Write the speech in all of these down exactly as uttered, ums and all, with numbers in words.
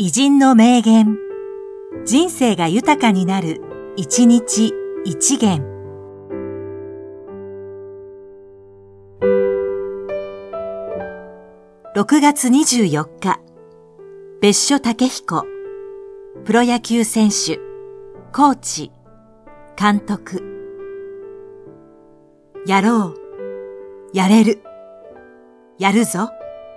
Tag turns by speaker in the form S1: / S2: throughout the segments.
S1: 偉人の名言、人生が豊かになる一日一元。ろくがつにじゅうよっか、別所武彦、プロ野球選手、コーチ、監督。やろう、やれる、やるぞ。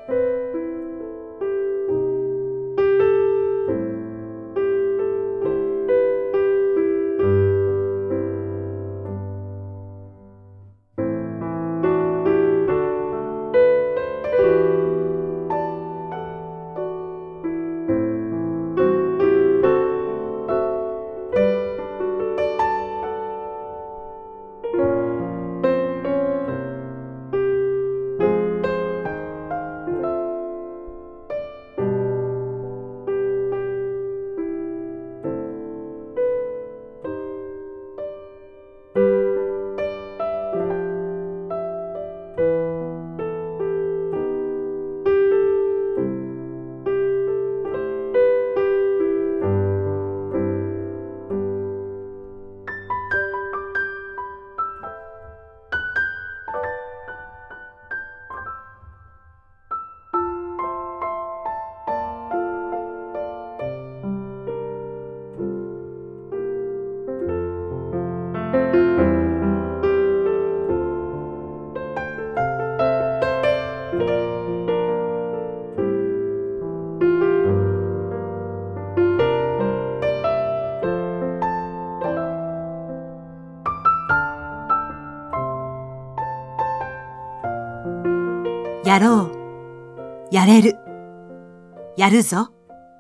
S1: やろう、やれる、やるぞ。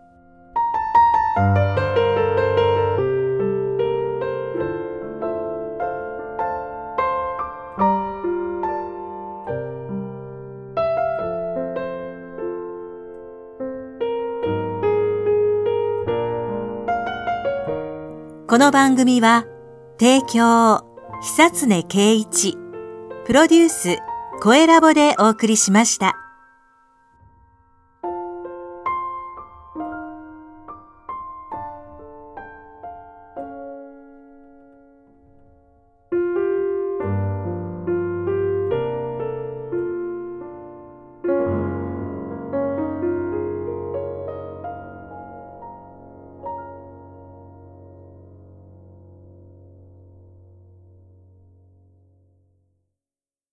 S1: この番組は提供久常圭一、プロデュース声ラボでお送りしました。